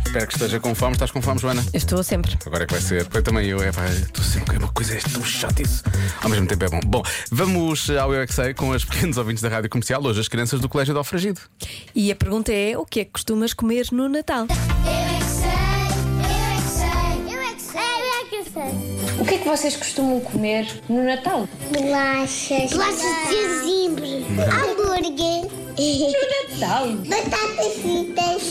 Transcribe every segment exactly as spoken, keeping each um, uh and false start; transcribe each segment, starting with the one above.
Espero que esteja com fome. Estás com fome, Joana? Eu estou sempre. Agora é que vai ser. Porque também eu, é pá, estou sempre com uma coisa, é tão chato isso. Ao mesmo tempo é bom. Bom, vamos ao Eu é que Sei com as pequenos ouvintes da Rádio Comercial. Hoje as crianças do Colégio de Alfragide. E a pergunta é: o que é que costumas comer no Natal? Eu é que sei, eu é que sei, eu é que sei, eu é que sei. O que é que vocês costumam comer no Natal? Bolachas. Bolachas de gengibre. Hambúrguer. Natal? Batatas fritas.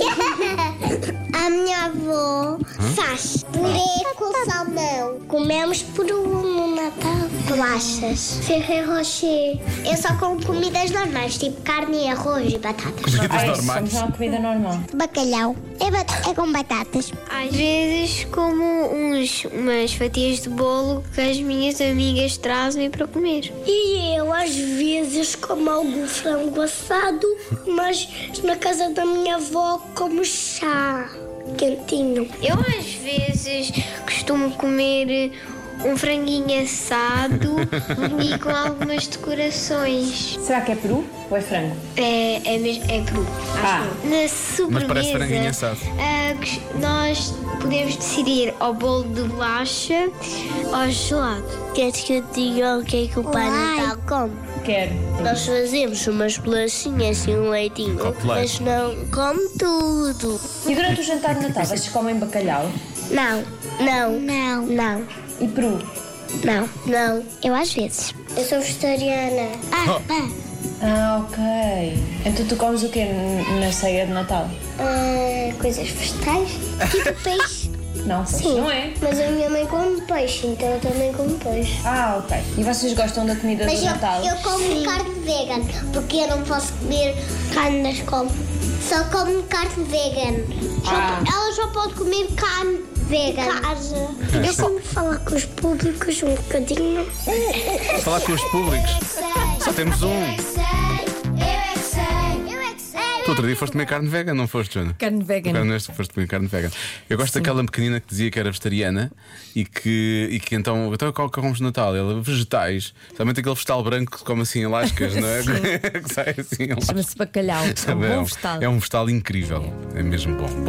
A minha avó faz purê com salmão. Comemos peru no Natal. Bolachas. Ferrero Rocher. Eu só como comidas normais, tipo carne, arroz e batatas. Comidas Ah, isso, normais. somos uma comida normal. Bacalhau. É, bat- é com batatas. Às vezes como uns, umas fatias de bolo que as minhas amigas trazem para comer. E eu às vezes como algum frango assado, mas na casa da minha avó como chá quentinho. Eu às vezes costumo comer um franguinho assado e com algumas decorações. Será que é peru ou é frango? É, é, mesmo, é peru. Ah. Acho que na sobremesa, Mas parece franguinho assado. ah, que nós podemos decidir ao bolo de bolacha ou ao gelado. Queres que eu diga o que é que o Pai Natal come? Quero. Nós fazemos umas bolachinhas e um leitinho, Copo de leite. mas não come tudo. E durante o jantar de Natal, vocês comem bacalhau? Não, não, não, não, E peru? não, não. Eu às vezes. Eu sou vegetariana. Ah, pá. Ah, ok. Então tu comes o quê n- na ceia de Natal? Ah, coisas vegetais, tipo peixe. Não, pois Sim, não é? mas a minha mãe come peixe, então eu também como peixe. Ah, ok. E vocês gostam da comida Mas do eu, Natal? eu como carne vegan, porque eu não posso comer carne na escola. Só como carne vegan. Só- Ah. Ela só pode comer carne vegan. Casa. Eu sempre falo com os públicos um bocadinho. Falar com os públicos. Só temos um. Eu é que sei, eu é que sei, eu é que sei. Tu outro dia foste comer carne vegan, não foste, Joana? Carne vegan. Agora neste foste comer carne vegan. Eu gosto daquela pequenina que dizia que era vegetariana e que, e que então, então qual que comes no Natal? Ela, vegetais. Somente aquele vegetal branco que se come assim em lascas, não é? que sai assim em lascas. Chama-se bacalhau. É um Sabe, bom vegetal. é um vegetal incrível. É mesmo bom.